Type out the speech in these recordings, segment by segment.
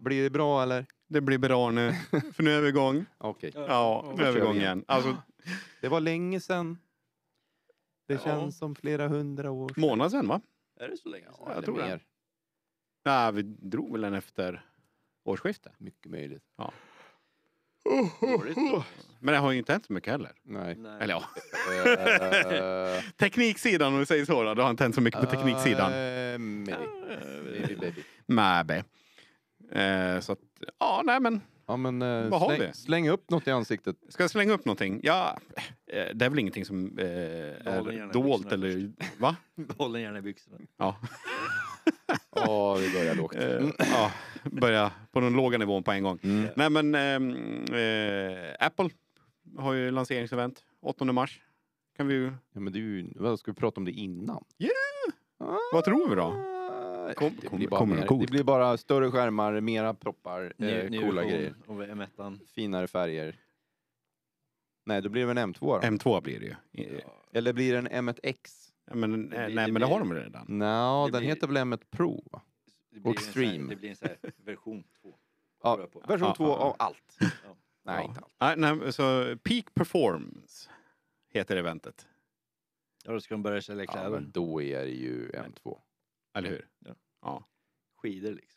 Blir det bra eller? Det blir bra nu. För nu är vi igång. Okej. Ja, nu är vi igång igen. Alltså, Det var länge sedan. Det känns som flera 100 år sedan. månad sedan, va? Är det så länge sedan? Ja, jag tror mer. Nej, vi drog väl den efter årsskiftet. Mycket möjligt. Ja. Dåligt då. Men det har ju inte hänt så mycket heller. Nej. Nej. Eller ja, Eh, tekniksidan om vi säger så då. Det har inte hänt så mycket på tekniksidan. Maybe. Maybe baby. Maybe. Så att, ja, nej men. Ja, men Vad har vi? släng upp något i ansiktet. Ska jag slänga upp någonting? Ja, det är väl ingenting som Behåll den är gärna i dolt byxorna eller... Va? Håll den gärna i byxorna. Ja. Ja, vi börjar lågt. Ja, börja på den låga nivån på en gång. Mm. Nej men Apple har ju lanseringsevent 8 mars. Kan vi ju... Ja, men det är ju, vad ska vi prata om det innan? Vad tror vi då? Det blir bara kommer mer. det coolt? Det blir bara större skärmar, mera proppar, Ny coola version grejer. av M1. Finare färger. Nej, då blir det väl en M2 då? M2 blir det ju. Eller blir det en M1X? Ja, men, blir- nej, det men det blir- har de redan. Nå, Det den blir- heter väl M1 Pro? Va? Det blir Extreme. Det blir en sån här version 2. Ja, tror jag på. version Ja, 2 ja, ja. av allt. Ja. Nej, Ja. inte allt. Nej, så Peak Performance heter eventet. Ja, då ska de börja sälja Ja, kläder. men då är det ju M2. Eller hur? Ja. Ja. Skidor liksom.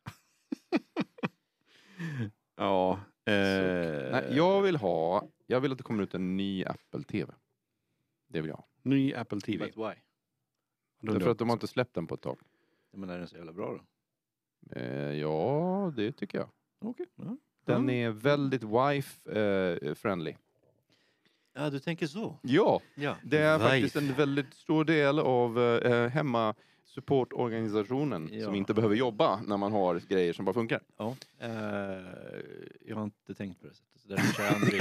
Ja. Nej, jag vill att det kommer ut en ny Apple TV. Det vill jag ha. Ny Apple TV. But why? Därför att de har inte släppt den på ett tag. Men är den så jävla bra då? Ja, det tycker jag. Okej. Ja. Den är väldigt wife-friendly. Ja, du tänker så. Ja, Ja. det är Wife. faktiskt en väldigt stor del av hemma-supportorganisationen Ja. som inte behöver jobba när man har grejer som bara funkar. Ja. Jag har inte tänkt på det sättet. Så därför kör jag aldrig.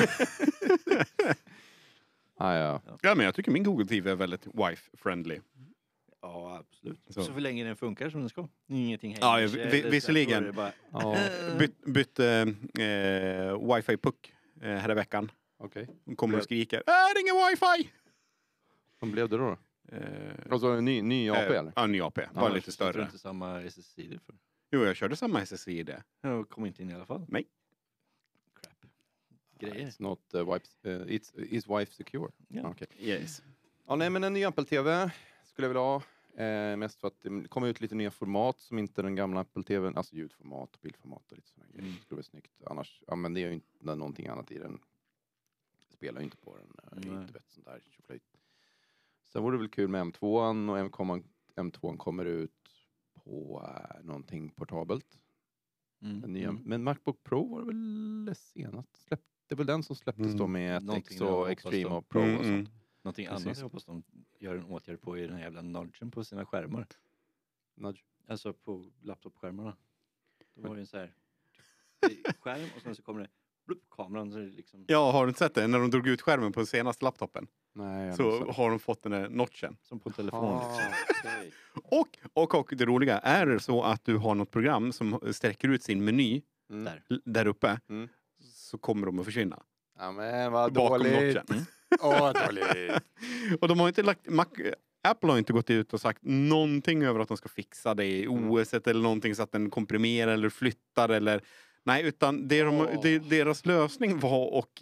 Ja. Ja, men jag tycker min Google TV är väldigt wife-friendly. Ja, absolut. Så. Så för länge den funkar som den ska. Ingenting hänger. Ja, visserligen. Det är bara, Ja, Bytte wifi-puck här i veckan. okej. Hon kommer och skriker. Det är ingen wifi! Vad blev det då? Eh, Alltså en ny AP eller? Ja, ny AP. Bara lite Jag större. tror inte samma SSID för. Jo, jag körde samma SSID. Jag kom inte in i alla fall. Nej. Crap. Grejer. It's not it's wife secure. Ja. Okej. Yes. Ja, nej, men en ny Apple TV skulle jag vilja ha. Mest för att det kommer ut lite nya format som inte den gamla Apple TVn, alltså ljudformat och bildformat och lite sådana grejer. Det skulle vara snyggt. Annars använder jag ju inte någonting annat i den. Spelar ju inte på den. Inte vet sånt där tjoflöjt. Sen vore det väl kul med M2an och M2an kommer ut på någonting portabelt. Den nya. Men Macbook Pro var det väl senast släppte. Det är väl den som släpptes då med Någonting X jag och hoppas Extreme då. och Pro och sånt. Någonting Precis. annat jag hoppas de gör en åtgärd på i den här jävla nudgen på sina skärmar. Nudge. Alltså på laptopskärmarna. Det var ju en så här skärm och sen så kommer det blup, kameran så är det liksom. Ja, har du inte sett det? När de drog ut skärmen på senaste laptopen. Nej, jag Så missade. har de fått den där notchen. Som på telefon liksom. Okej. Och det roliga, är det så att du har något program som sträcker ut sin meny Där. där uppe, Mm. så kommer de att försvinna. Ja, men vad Bakom dåligt. notchen. Åh, dåligt. Och de har inte Apple har inte gått ut och sagt någonting över att de ska fixa det i OS eller någonting så att den komprimerar eller flyttar eller... Nej, utan deras lösning var att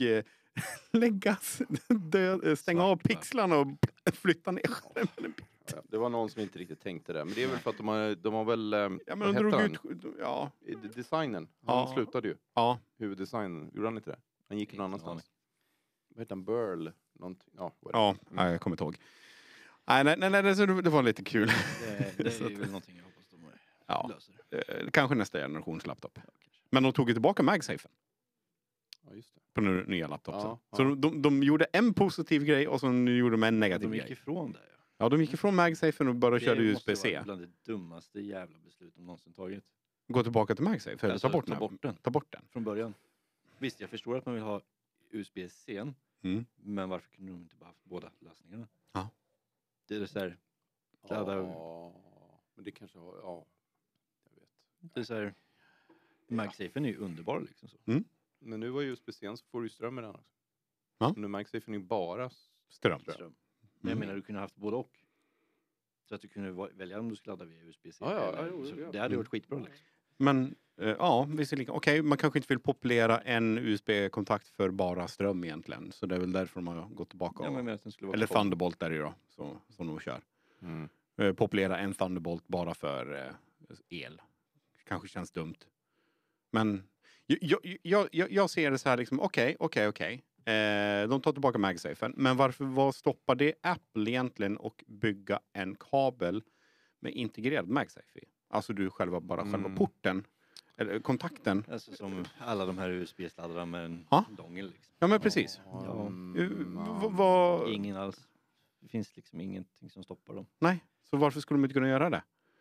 stänga av pixlarna och flytta ner skärmen. Ja, det var någon som inte riktigt tänkte det. Men det är väl för att de har väl... Ja, men vad de drog hette ut... Ja. Designen. Han Ja. slutade ju. Ja. Huvuddesignen. Gjorde han inte det? Han gick någon Inte annanstans. Vad heter han? Burl? Någonting. Ja, Ja, nej, jag kommer inte ihåg. Nej, det var lite kul. Det Så är att- väl någonting jag hoppas de Ja. löser. Kanske nästa generations laptop. Ja, kanske. Men de tog ju tillbaka MagSafen Ja, just det. på den nya laptopsen. Ja, ja. Så de gjorde en positiv grej och så gjorde de en negativ De gick grej. ifrån det. Ja. Ja, de gick ifrån MagSafen och bara körde Det måste USB-C. vara bland det dummaste jävla beslut de någonsin tagit. Gå tillbaka till MagSafe. Alltså, ta bort den. Ta bort den. Från början. Visst, jag förstår att man vill ha USB-C. Mm. Men varför kunde de inte bara haft båda lösningarna? Ja. Det är så här. Kladda. Ja, men det kanske har... Ja, jag vet. Det är så här. MagSafen är ju underbar liksom så. Men nu var ju USB-C så får du ju ström i den också. Ja. Nu MagSafen är ju bara Ström. Ström. Men jag menar, du kunde haft både och. Så att du kunde välja om du skulle ladda via USB-C. Ja, eller- jo, så ja. det hade varit skitbra liksom. Men ja, visserligen. Okej, man kanske inte vill populera en USB-kontakt för bara ström egentligen. Så det är väl därför de har gått tillbaka. Ja, men att den skulle vara Eller kvar. Thunderbolt är det ju då, som de kör. Mm. Populera en Thunderbolt bara för el. Kanske känns dumt. Men jag ser det så här liksom, okej. De tar tillbaka MagSafen. Men vad stoppar det Apple egentligen och bygga en kabel med integrerad MagSafe i? Alltså du själva porten. Eller kontakten. Alltså som alla de här USB-sladdarna med en dongel. Liksom. Ja, men precis. Ja. Ingen alls. Det finns liksom ingenting som stoppar dem. Nej, så varför skulle de inte kunna göra det?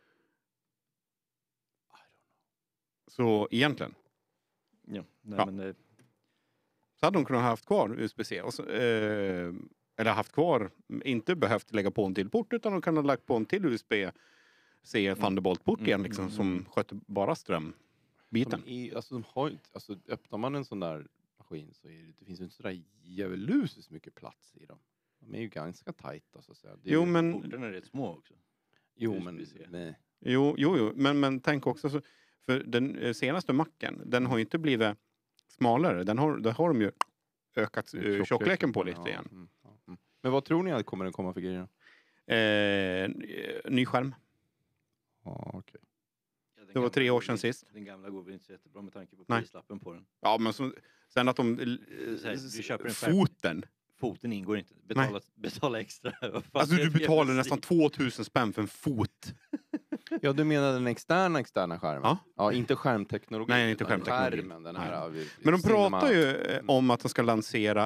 Så egentligen. Ja, nej, Ja. men det, Så hade de kunnat ha haft kvar USB-C. Och så, eller haft kvar, inte behövt lägga på en till port, utan de kan ha lagt på en till USB-C Thunderbolt-port igen, liksom, som sköter bara strömbiten. De har inte, alltså, öppnar man en sån där maskin så det finns ju inte sådär djävulusiskt mycket plats i dem. De är ju ganska tajta så att säga. Jo, men... portarna är rätt små också. Jo, men USB-C. nej. Jo, men tänk också, så, för den senaste Macen, den har ju inte blivit smalare. Där har de ju ökat tjockleken på lite igen. Men vad tror ni att kommer den komma för grejer? Ny skärm. Ja, okej. Ja, Det var 3 år sedan sist. Den gamla går väl inte så jättebra med tanke på Nej. prislappen på den. Ja, men sen att de... Du köper en skärm. Foten ingår inte. Betala extra. Alltså du betalar nästan 2000 spänn för en fot. Ja, du menar den externa skärmen? Ja. Ja, inte skärmteknologi. Nej, inte utan skärmteknologi. Skärmen, den här, Men de pratar ju om att de ska lansera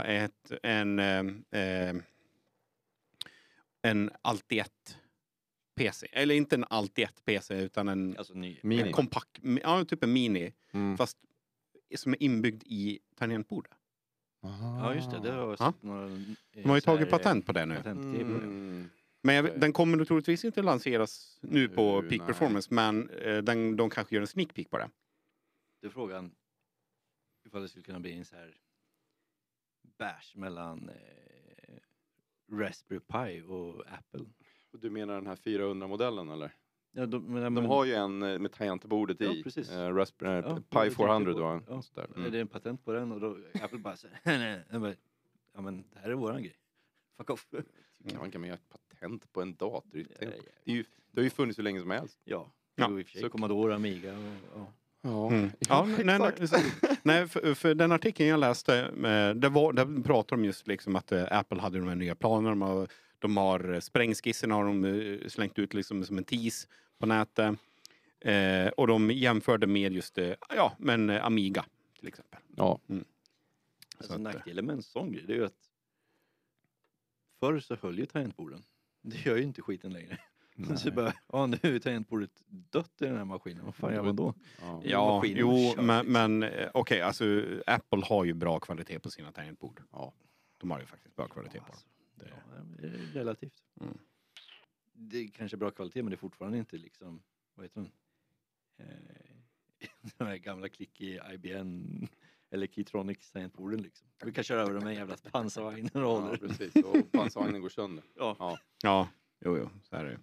en Alti-1 PC. Eller inte en Alti-1 PC utan en, alltså ny. Mini. en kompakt, ja typ en mini. Fast som är inbyggd i tangentbordet. Ja, just det. Det har jag sett några... De har ju tagit patent på det nu. Men den kommer troligtvis inte lanseras nu på Peak nej. Performance. Men de kanske gör en sneak peek på det. Det är frågan ifall det skulle kunna bli en så här bash mellan Raspberry Pi och Apple. Du menar den här 400-modellen eller? Ja, De har ju en med tangentbordet Ja, i. precis. Raspberry Pi 400 då. Ja. Sådär. Är det en patent på den och då Apple bara så här, ja men det här är våran grej. Fuck off. Man kan göra ett patent på en dator. Det har ju funnits hur länge som helst. Ja, Ja. och i och för sig Commodore, Amiga och Ja, nej, för den artikeln jag läste, där pratar de just liksom att Apple hade de här nya planerna. De har sprängskissen har de slängt ut liksom som en tease på nätet. Och de jämförde med just men Amiga till exempel. Ja. Alltså nackdelen med en sån grej, det är ju att förr så höll ju tangentborden. Det gör ju inte skiten längre. Så bara, nu är tangentbordet dött i den här maskinen. Vad fan gör man då? Ja, jo, men okej, alltså Apple har ju bra kvalitet på sina tangentbord. Ja, de har ju faktiskt bra kvalitet på dem. Det är relativt. Det är kanske bra kvalitet, men det är fortfarande inte liksom, vad heter den? De här gamla klick i IBM eller Keytronics tangentborden liksom. Vi kan köra över dem med en jävla pansarvagn och håller. Ja, precis. Och pansarvagnen går sönder. Ja. Jo, så är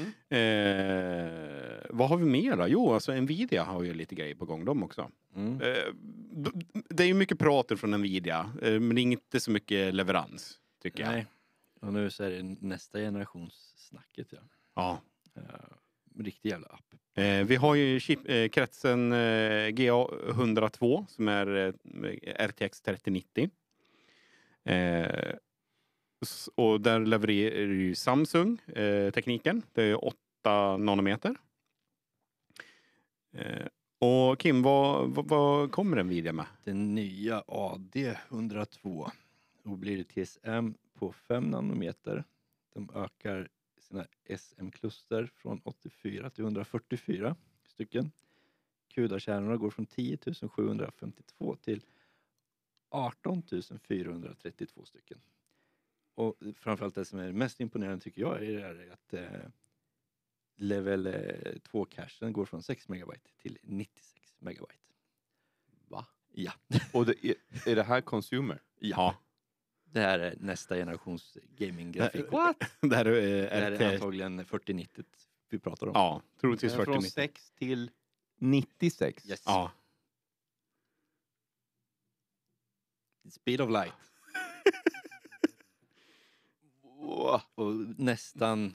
det. Vad har vi mer då? Jo, alltså Nvidia har ju lite grejer på gång de också. Det är ju mycket prat från Nvidia, men det är inte så mycket leverans, tycker jag. Nej. Och nu så är det nästa generations snacket, Ja. Riktig jävla app. Vi har ju kretsen GA102 som är RTX 3090. Och där levererar ju Samsung tekniken. Det är 8 nanometer. Och Kim, vad kommer Nvidia med? Den nya AD102. Då blir det TSM på 5 nanometer. De ökar sina SM-kluster från 84 till 144 stycken. CUDA-kärnorna går från 10 752 till 18 432 stycken. Och framförallt det som är mest imponerande tycker jag är att level 2-cachen går från 6 megabyte till 96 megabyte. Va? Ja. Och är det här consumer? Ja. Det här är nästa generations gaming-grafik. What? Det här är antagligen 4090 vi pratar om. Ja, troligtvis Från 4090. 6 till 96. Yes. Ja. Speed of light. Och nästan...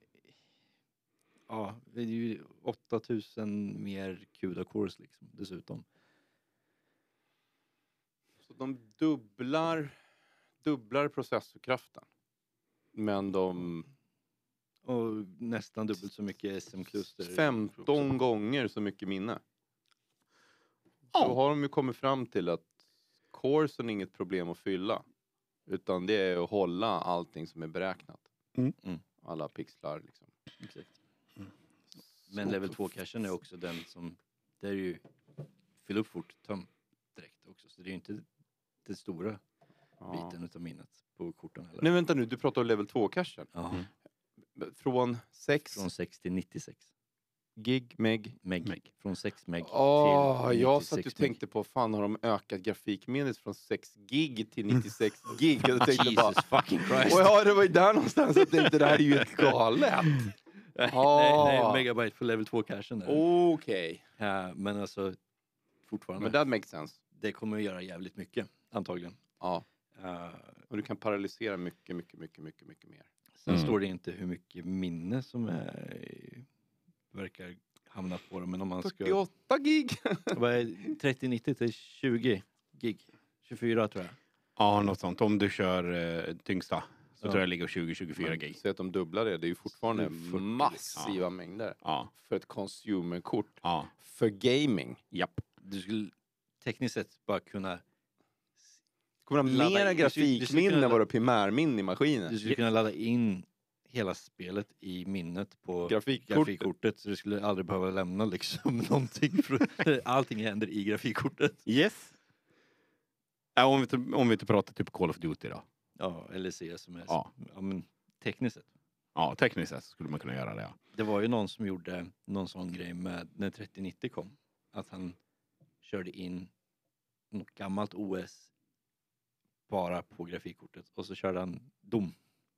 Ja, det är ju 8000 mer CUDA cores liksom, dessutom. Så de dubblar processorkraften. Men de... Och nästan dubbelt så mycket SM-kluster. 15 gånger så mycket minne. Då har de ju kommit fram till att coresen är inget problem att fylla. Utan det är att hålla allting som är beräknat. Mm. Alla pixlar liksom. Exakt. Men level 2-cachen är också den som... Det är ju... Fyll upp fort, töm direkt också. Så det är ju inte den stora biten utav minnet på korten heller. Nej, vänta nu. Du pratar om level 2-cachen. Ja. Från 6 Från 6 till 96. gig, meg. Från 6 meg till Jag 96 satt och meg. tänkte på, fan har de ökat grafikminnet från 6 gig till 96 gig? Jag tänkte bara, Jesus fucking Christ. det var ju där någonstans jag tänkte, det här är ju helt galet. Nej, megabyte för level 2-cachen. Okej. Ja, men alltså, fortfarande. Men that makes sense. Det kommer att göra jävligt mycket, antagligen. Ja. Och du kan paralysera mycket mer. Sen står det inte hur mycket minne som verkar hamna på det. Men om man ska... 48 gig! Vad är 3090 till 20 gig? 24 tror jag. Ja, något sånt. Om du kör tyngsta så tror jag det ligger 20-24 gig. Så att de dubblar det. Det är ju fortfarande 40, massiva mängder. Ja. För ett consumerkort. Ja. För gaming. Japp. Du skulle tekniskt sett bara kunna... Kommer de Ladda mera in- du skulle grafikminne kunna- än vad det är primärminne i maskinen? Du skulle kunna ladda in hela spelet i minnet på Grafikkortet. så du skulle aldrig behöva lämna liksom någonting. Allting händer i grafikkortet. Yes. Om vi inte pratar typ Call of Duty då. Ja, eller CS som är Ja. men tekniskt sett. Ja, tekniskt sett skulle man kunna göra det. Ja. Det var ju någon som gjorde någon sån grej med när 3090 kom. Att han körde in något gammalt OS bara på grafikkortet. Och så körde han dom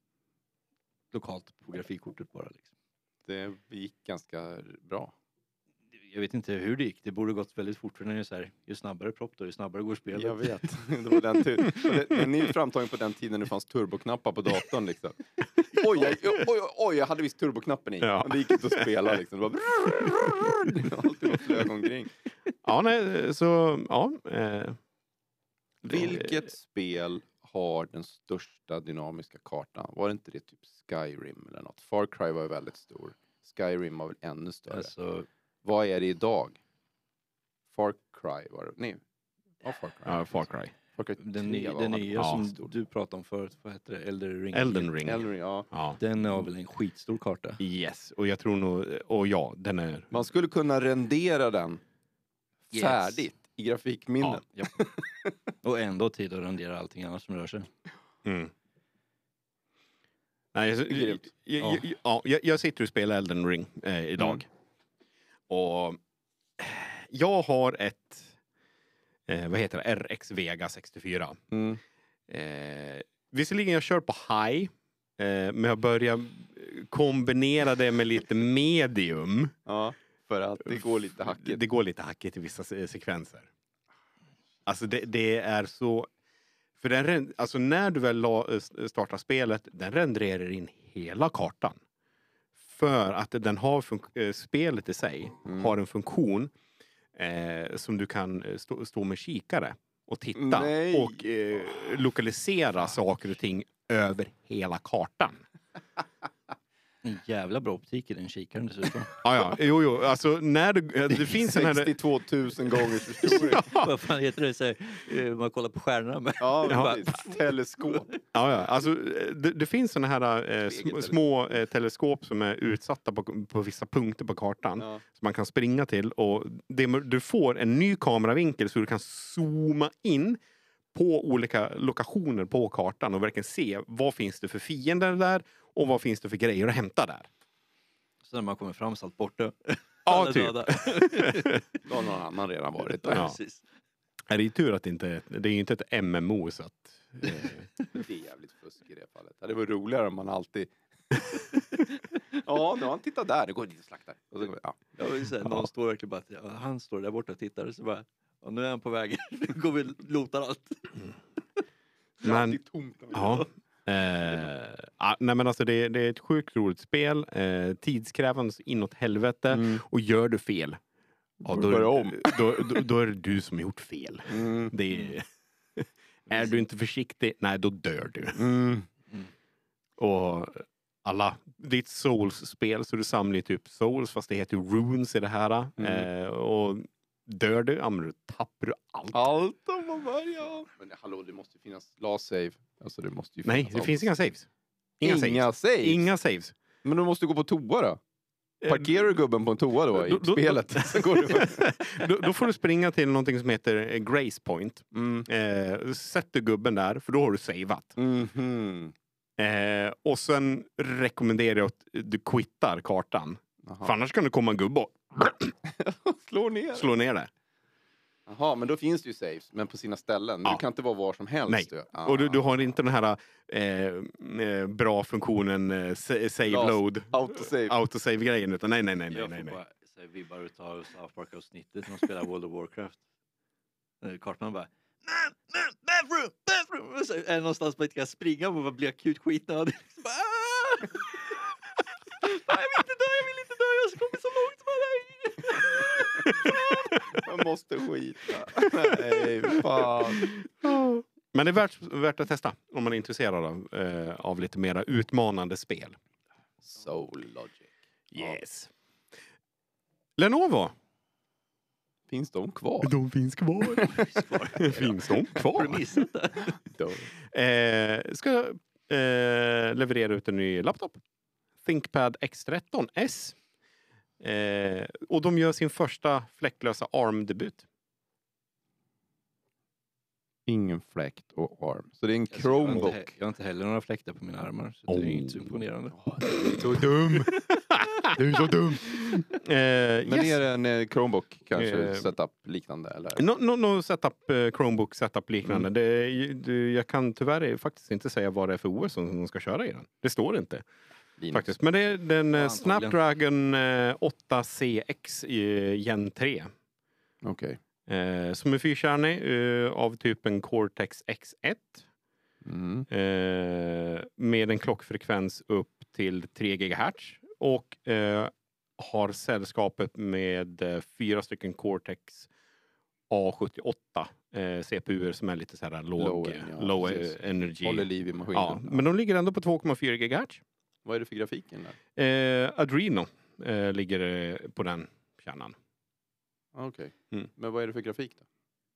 lokalt på grafikkortet bara liksom. Det gick ganska bra. Jag vet inte hur det gick. Det borde gått väldigt fort för den är så här, ju snabbare propp då, ju snabbare går spelet. Jag vet. Det var den är framtagen på den tiden det fanns turboknappar på datorn liksom. Oj, jag hade visst turboknappen i. Ja. Och det gick inte att spela liksom. Det var alltid var flög omkring. Ja, nej, så ja. Vilket spel har den största dynamiska kartan? Var det inte det typ Skyrim eller något? Far Cry var ju väldigt stor. Skyrim var väl ännu större. Alltså, Vad är det idag? Far Cry var det. Nej. Ja, Far Cry. Ja, Far Cry. Far Cry den 3 nya, var den nya som stor. du pratade om förut, vad heter det? Elden Ring. Elden Ring. Elden Ring, ja. Ja. Den har väl en skitstor karta. Yes, och jag tror nog, och ja, den är... Man skulle kunna rendera den Yes. färdigt i grafikminnen. Ja. Och ändå tid att rendera allting annat som rör sig. Mm. Nej, så, Grymt. jag sitter och spelar Elden Ring idag. Och jag har ett vad heter det? RX Vega 64. Mm. Visserligen jag kör på high, men jag börjar kombinera det med lite medium. Ja, för att det går lite hackigt. Det går lite hackigt i vissa sekvenser. Alltså det är så... För den, alltså när du väl startar spelet, den renderar in hela kartan. För att den har spelet i sig har en funktion som du kan stå med kikare och titta. Nej. Och lokalisera saker och ting över hela kartan. En jävla bra optik i den kikaren dessutom. Ja, jo, alltså när det finns en här... 62 000 gångers förstoring. Vad fan heter det? Så här, man kollar på stjärnorna med. Ja, teleskop. Ja, alltså det finns såna här små teleskop som är utsatta på vissa punkter på kartan. Ja. Som man kan springa till. Och du får en ny kameravinkel så du kan zooma in på olika lokationer på kartan och verkligen se vad finns det för fiender där och vad finns det för grejer att hämta där. Så när man kommer fram så allt borta. Ja, Alla typ. döda. Då har någon annan redan varit Ja, där. precis. Det är ju tur att det är ju inte ett MMO så att... Det är jävligt fusk i det fallet. Det var roligare om man alltid Ja, nu har han tittat där. Nu går det dit och slaktar. Och så, ja. Jag vill säga, någon står verkligen bara, ja, han står där borta och tittar, så bara, och nu är han på vägen. Nu går vi och lotar allt. Men, Tomt. ja. Nej, men alltså det är ett sjukt roligt spel. Tidskrävande så inåt helvete. Och gör du fel, ja, då är det du som har gjort fel. Det är du inte försiktig, nej, då dör du. Och det är ett Souls-spel, så du samlar ju typ Souls, fast det heter ju Runes i det här. Och dör du, du tappar du allt. Allt om man börjar. Men hallå, det måste ju finnas last save. Alltså det måste ju Nej, finnas det finns inga saves. Inga saves. Men du måste gå på toa då. Parkerar du gubben på en toa då i spelet? Så går då får du springa till någonting som heter Grace Point. Sätter gubben där, för då har du savat. Och sen rekommenderar jag att du quittar kartan. För annars kan det komma en gubbe och slå ner det. Jaha, men då finns det ju saves, men på sina ställen. Men du kan inte vara var som helst. Nej, och du har inte den här bra funktionen save load. Autosave-grejen, utan nej. Jag får bara säga, vi bara tar South Park-avsnittet när de spelar World of Warcraft. Kartman bara, bathroom! Så är det någonstans man inte kan springa och man blir akut skitnödig. Jag vill inte dö, jag ska komma så långt med dig. Man måste skita. Nej, fan. Men det är värt att testa om man är intresserad av lite mera utmanande spel. Soul Logic. Yes. Lenovo. Finns de kvar? De finns kvar. Finns de kvar? Har du missat det? Ska leverera ut en ny laptop. ThinkPad X13S. Och de gör sin första fläktlösa ARM-debut. Ingen fläkt och arm. Så det är en Chromebook. Jag har inte heller några fläktar på mina armar. Så det är inte så imponerande. Du är så dum. Du är så dum. Men är det en Chromebook kanske setup liknande? Eller? No setup, Chromebook setup liknande. Jag kan tyvärr faktiskt inte säga vad det är för OS som de ska köra i den. Det står inte. Faktiskt. Men det är den Snapdragon 8CX Gen 3. Okej. Som är fyrkärnig av typen Cortex X1. Med en klockfrekvens upp till 3 GHz. Och har sällskapet med 4 stycken Cortex A78 CPUer som är lite så här low energy. Håller liv i maskinen. Ja, men de ligger ändå på 2,4 GHz. Vad är det för grafiken där? Adreno ligger på den kärnan. Okej. Men vad är det för grafik då?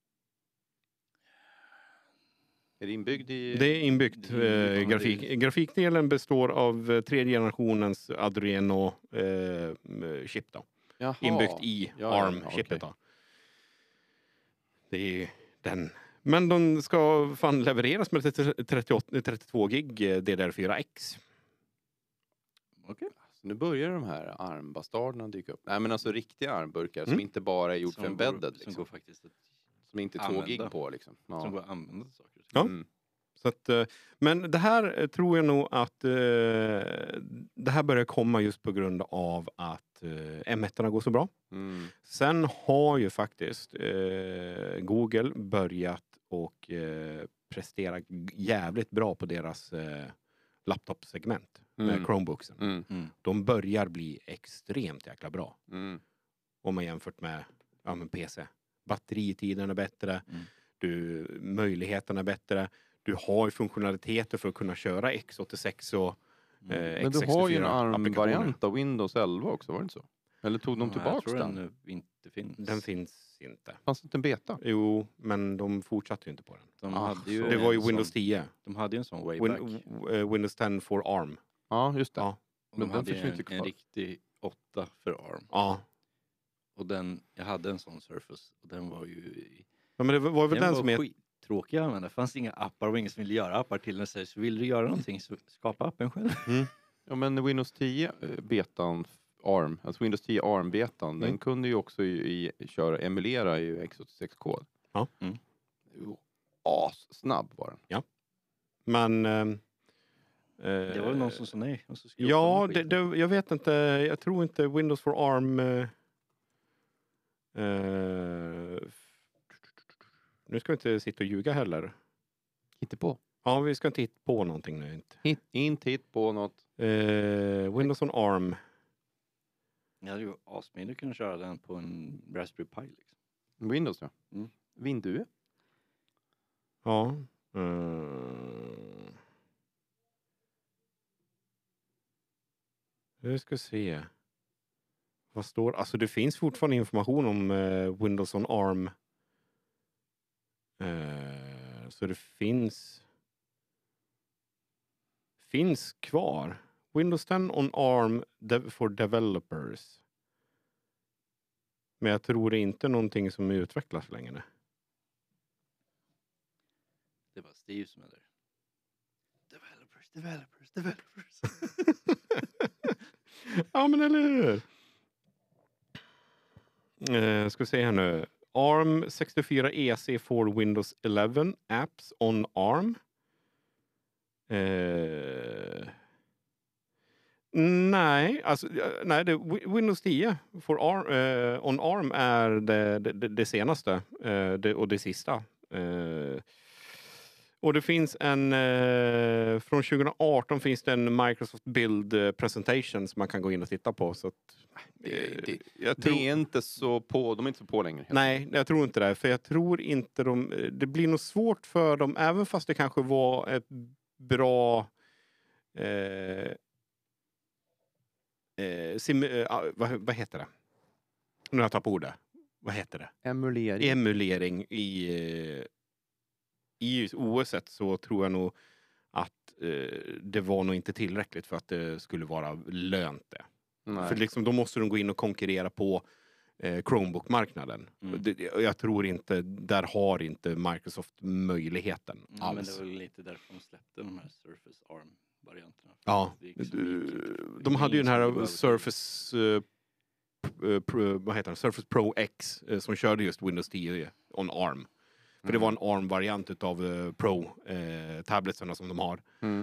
Är det inbyggd i... Det är inbyggt grafik. Grafikdelen består av 3 generationens Adreno chip då. Jaha. Inbyggt i ARM-chippet då. Det är den. Men de ska fan levereras med 32 gig DDR4X. Okej. Nu börjar de här armbastarderna dyka upp. Nej, men alltså riktiga armburkar som inte bara är gjort för embedded. Liksom. Som går faktiskt som inte är 2 gig på liksom. Ja. Som går att använda saker. Ja. Så att, men det här tror jag nog att det här börjar komma just på grund av att M1-arna går så bra. Sen har ju faktiskt Google börjat och prestera jävligt bra på deras laptopsegment med Chromebooksen. De börjar bli extremt jäkla bra. Om man jämfört med PC. Batteritiden är bättre. Möjligheterna är bättre. Du har ju funktionaliteter för att kunna köra X86 och X64. Men du har ju en ARM-variant av Windows 11 också, var det inte så? Eller tog de tillbaka den? Jag tror den inte finns. Den finns inte. Fanns det inte en beta? Jo, men de fortsatte ju inte på den. Det var ju Windows 10. De hade ju en sån way back. Windows 10 for ARM. Ja, just det. Ja. Men de hade en riktig 8 för ARM. Ja. Och jag hade en sån Surface. Och den var ju... Ja, men det var väl den som är... Tråkiga att använda. Det fanns inga appar och ingen som ville göra appar till den. Så vill du göra någonting så skapa appen själv. Ja, men Windows 10 betan ARM, alltså Windows 10 ARM-betan, den kunde ju också emulera i x86-kod. Ja. Snabb var den. Ja. Men Det var någon som sa nej. Och så skrotade Ja, de skiten. jag vet inte. Jag tror inte Windows for ARM... nu ska vi inte sitta och ljuga heller. Hitta på. Ja, vi ska inte hitta på någonting nu. Inte. Hit på något. Windows on ARM. Jag hade ju asmidigt kunnat köra den på en Raspberry Pi liksom. Windows, ja. Mm. Vindu. Ja. Nu ska vi se. Vad står... Alltså det finns fortfarande information om Windows on ARM. Så det finns kvar. Windows 10 on ARM for developers. Men jag tror det är inte någonting som utvecklas längre. Det var Steve som är där. Developers. Ja, men eller hur? Ska vi se här nu. ARM 64 EC for Windows 11 apps on ARM. Nej, alltså nej, Windows 10 for ARM, on ARM är det senaste och det sista. Och det finns från 2018 finns det en Microsoft Build presentation som man kan gå in och titta på. Så att, Det är inte så på, de är inte så på längre. Nej, jag tror inte det. För jag tror inte det blir nog svårt för dem, även fast det kanske var ett bra vad heter det? Nu har jag tappat ordet. Vad heter det? Emulering i OS så tror jag nog att det var nog inte tillräckligt för att det skulle vara lönt det. Nej. För liksom, då måste de gå in och konkurrera på Chromebook-marknaren. Jag tror inte, där har inte Microsoft möjligheten alls. Men det var lite därför de släppte de här Surface ARM-varianterna. Ja, de hade ju den här Surface vad heter det? Surface Pro X som körde just Windows 10 on ARM. För det var en ARM-variant utav Pro-tabletsarna som de har.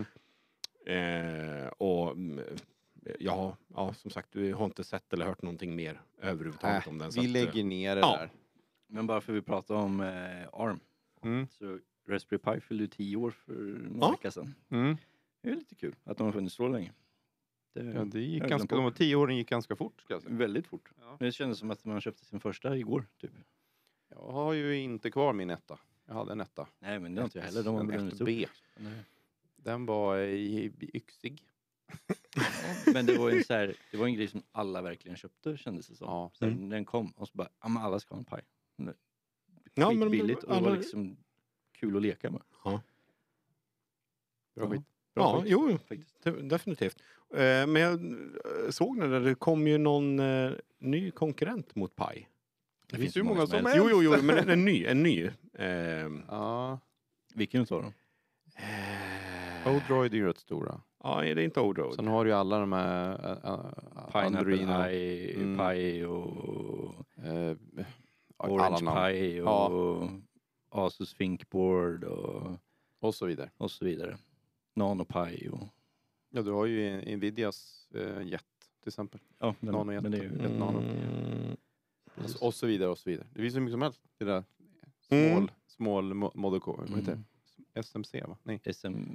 Och ja, som sagt, vi har inte sett eller hört någonting mer överhuvudtaget om den. Vi lägger ner det där. Men bara för att vi pratar om ARM. Så Raspberry Pi fyllde 10 år för några vecka sedan. Det är lite kul att de har funnits så länge. Det gick de 10 åren gick ganska fort, ska jag säga. Väldigt fort. Ja. Det kändes som att man köpte sin första igår, typ. Jag har ju inte kvar min etta. Jag hade en etta. Nej, men det har inte jag heller. De var en 1B. Den var yxig. Ja, men det var ju så här, det var en grej som alla verkligen köpte, kändes det som. Ja. Så här, den kom och så bara, men alla ska ha en Pi. Ja, men billigt och det var liksom kul att leka med. Ja. Bra skit. Ja, jo, definitivt. Men jag såg när det kom ju någon ny konkurrent mot Pi. Det finns ju många som helst. Jo, men en ny. Ja. Vilken utav dem? Odroid är ju rätt stora. Ja, det är inte Odroid. Sen har du ju alla de här Pineapple Pi och Orange Pi och Asus ThinkBoard och så vidare. Och så vidare. NanoPi och... Ja, du har ju Nvidias Jet till exempel. Ja, NanoJet. Men det är ju ett Nano. Alltså, och så vidare och så vidare. Det finns så mycket som helst. Det där small mothercore. Vad heter det? SMC, va? Nej.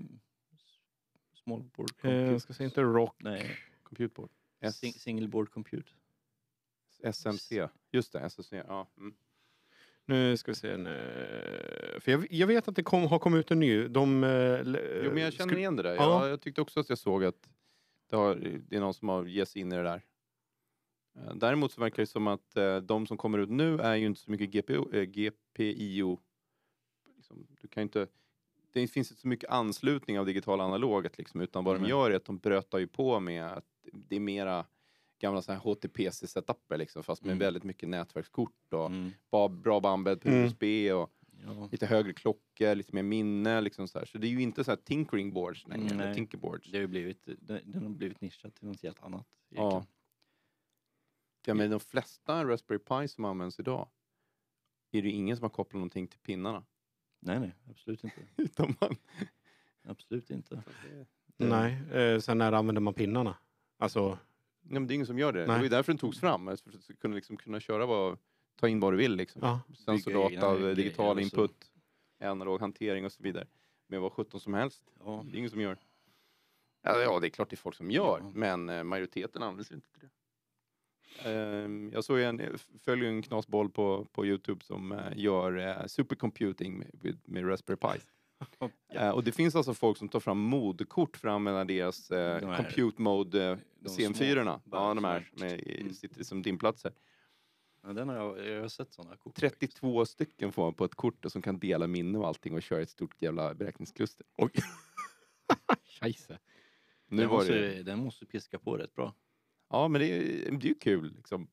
Small board compute. Jag ska säga inte Rock. Nej. Compute board. Single board compute. SMC. Just det, SMC. Ja. Nu ska vi se. För jag vet att det har kommit ut en ny. Jo, men jag känner igen det där. Ja. Jag tyckte också att jag såg att det är någon som har gett sig in i det där. Däremot så verkar det som att de som kommer ut nu är ju inte så mycket GPIO. Liksom, du kan inte... Det finns inte så mycket anslutning av digital analoget liksom, utan vad de gör är att de brötar ju på med att det är mera gamla så här HTPC-setuper liksom, fast med väldigt mycket nätverkskort och bra bandbredd på USB och lite högre klockor, lite mer minne liksom så här. Så det är ju inte så här tinkering boards längre, eller tinkerboards. Det har ju den har blivit nischad till något helt annat egentligen. Ja, men de flesta Raspberry Pi som används idag är det ingen som har kopplat någonting till pinnarna. Nej, absolut inte. Utan Absolut inte. inte. Nej, sen när använder man pinnarna? Alltså... Nej, men det är ingen som gör det. Nej. Det var ju därför den togs fram. Alltså, för att kunna köra ta in vad du vill. Liksom. Ja. Sensordata, Bygga egna digital grejer och så. input, analog hantering och så vidare. Men vad 17 som helst. Ja. Det är ingen som gör. Ja, det är klart det är folk som gör. Ja. Men majoriteten använder inte till det. Jag följer en knasboll på YouTube som gör supercomputing med Raspberry Pi. Och det finns alltså folk som tar fram modkort för att använda deras compute mode CM4-orna. Ja, de här sitter som dimplatser. Ja, jag har sett sådana kort. 32 stycken får man på ett kort och som kan dela minne och allting och köra ett stort jävla beräkningskluster. Scheisse. Den måste piska på rätt bra. Ja, men det är ju kul liksom.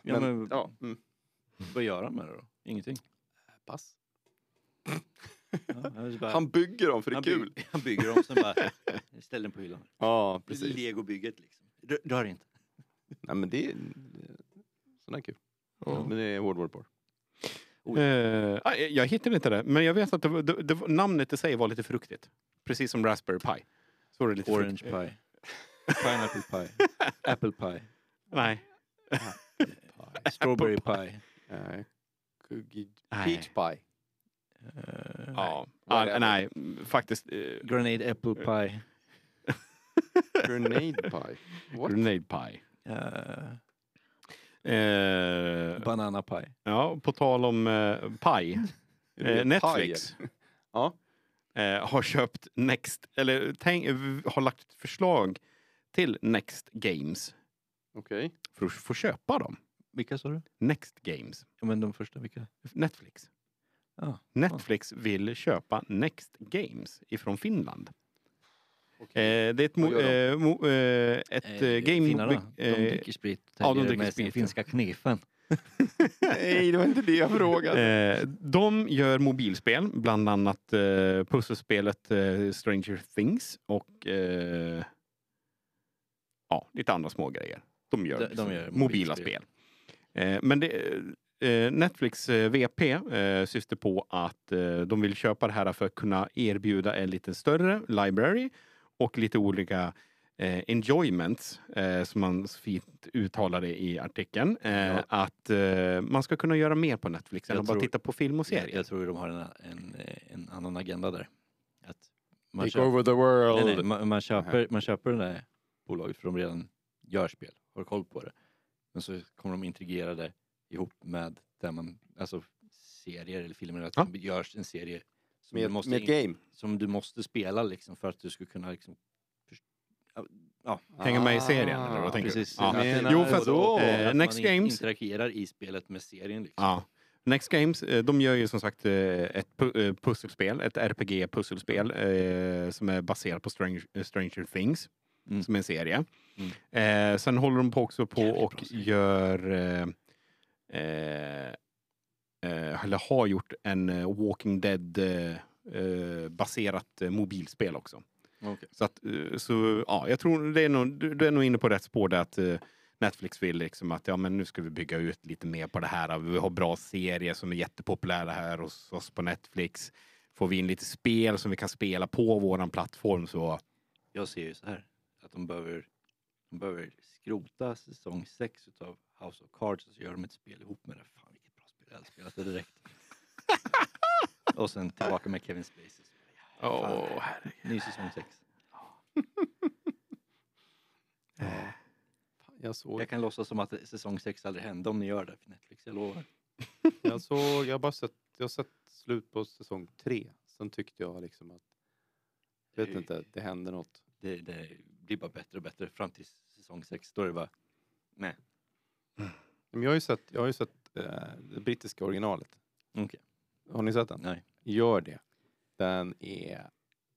Vad gör han med det då? Ingenting. Pass. Bara, Han bygger dem för det är kul. Han bygger dem, sen bara ställer den på hyllan. Ja, precis. Lego-bygget liksom. Rör inte. Nej, men det är sådana är kul. Ja. Men det är World War. Jag hittade inte det, men jag vet att namnet i sig var lite fruktigt. Precis som Raspberry Pi. Så är det lite Orange Pi. Pineapple Pi. Apple Pi. Nej. Strawberry Pi. Peach Pie. Nej, faktiskt. Grenade Apple Pie. Grenade Pie. What? Grenade Pie. Banana Pie. Ja, på tal om Pie. Netflix. Ja. Har köpt har lagt ett förslag till Next Games. Okej. För att få köpa dem. Vilka sa du? Next Games. Ja, men de första, vilka? Netflix. Ja. Netflix vill köpa Next Games ifrån Finland. Okay. Det är ett game... Finnarna, de dricker sprit. Ja, de dricker med sprit. sin finska knefen. Nej, det var inte det jag frågade. De gör mobilspel, bland annat pusselspelet Stranger Things och lite andra små grejer. De gör mobila spel. Men Netflix VP syftar på att de vill köpa det här för att kunna erbjuda en lite större library och lite olika enjoyments, som man fint uttalar det i artikeln. Att man ska kunna göra mer på Netflix än att bara titta på film och serier. Jag tror de har en annan agenda där. Att Take over the world. Nej, man köper det där bolaget för de redan gör spel, har koll på det. Men så kommer de integrera det ihop med där man, alltså serier eller filmer, att det görs en serie som med game som du måste spela liksom för att du ska kunna liksom hänga med i serien eller vad tänker precis. du? Ja. Jo, för att Next man Games interagerar i spelet med serien liksom. Ja. Next Games, de gör ju som sagt ett pusselspel, ett RPG-pusselspel som är baserat på Stranger Things, som är en serie. Sen håller de också på och gör eller har gjort en Walking Dead baserat mobilspel också. Okay. Så jag tror du är nog inne på rätt spår där, att Netflix vill liksom att men nu ska vi bygga ut lite mer på det här. Vi har bra serier som är jättepopulära här hos oss på Netflix. Får vi in lite spel som vi kan spela på våran plattform så... Jag ser ju så här att de behöver skrota säsong 6 utav House of Cards och så gör de ett spel ihop med det. Fan vilket bra spel, jag hade spelat det direkt. Och sen tillbaka med Kevin Spacey. Herregud. Ny säsong 6. Jag kan låtsas som att säsong 6 aldrig hände om ni gör det för Netflix, jag lovar. Jag har sett slut på säsong 3. Sen tyckte jag liksom att det hände något. Det blir bara bättre och bättre fram till säsong 6. Då är det bara nej. Men jag har ju sett det brittiska originalet. Okay. Har ni sett den? Nej. Gör det. Den är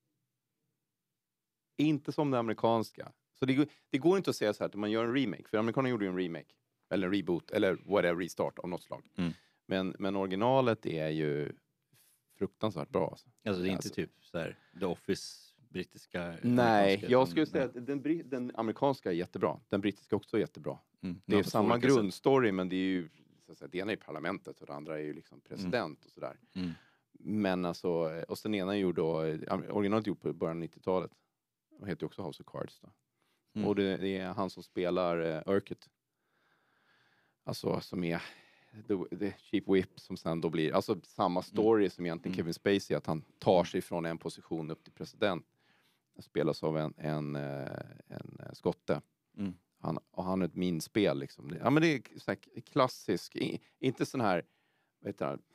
inte som den amerikanska. Så det går inte att säga så här att man gör en remake. För amerikanerna gjorde ju en remake. Eller en reboot. Eller whatever, restart av något slag. Men originalet är ju fruktansvärt bra. Alltså det är inte typ så här The Office, brittiska... Nej, jag skulle säga att den amerikanska är jättebra. Den brittiska också är jättebra. Det är samma grundstory, men det är ju... Så att säga, det ena är parlamentet och det andra är ju liksom president och sådär. Men alltså... Och den ena är ju då... Originalet gjort på början av 90-talet. De heter ju också House of Cards då. Mm. Och det är han som spelar Urquhart. Alltså som är the Chief Whip som sen då blir, alltså samma story som egentligen Kevin Spacey, att han tar sig från en position upp till president. Det spelas av en skotte. Mm. Han har ett minspel liksom. Ja, men det är så här klassisk, inte sån här, vad heter han?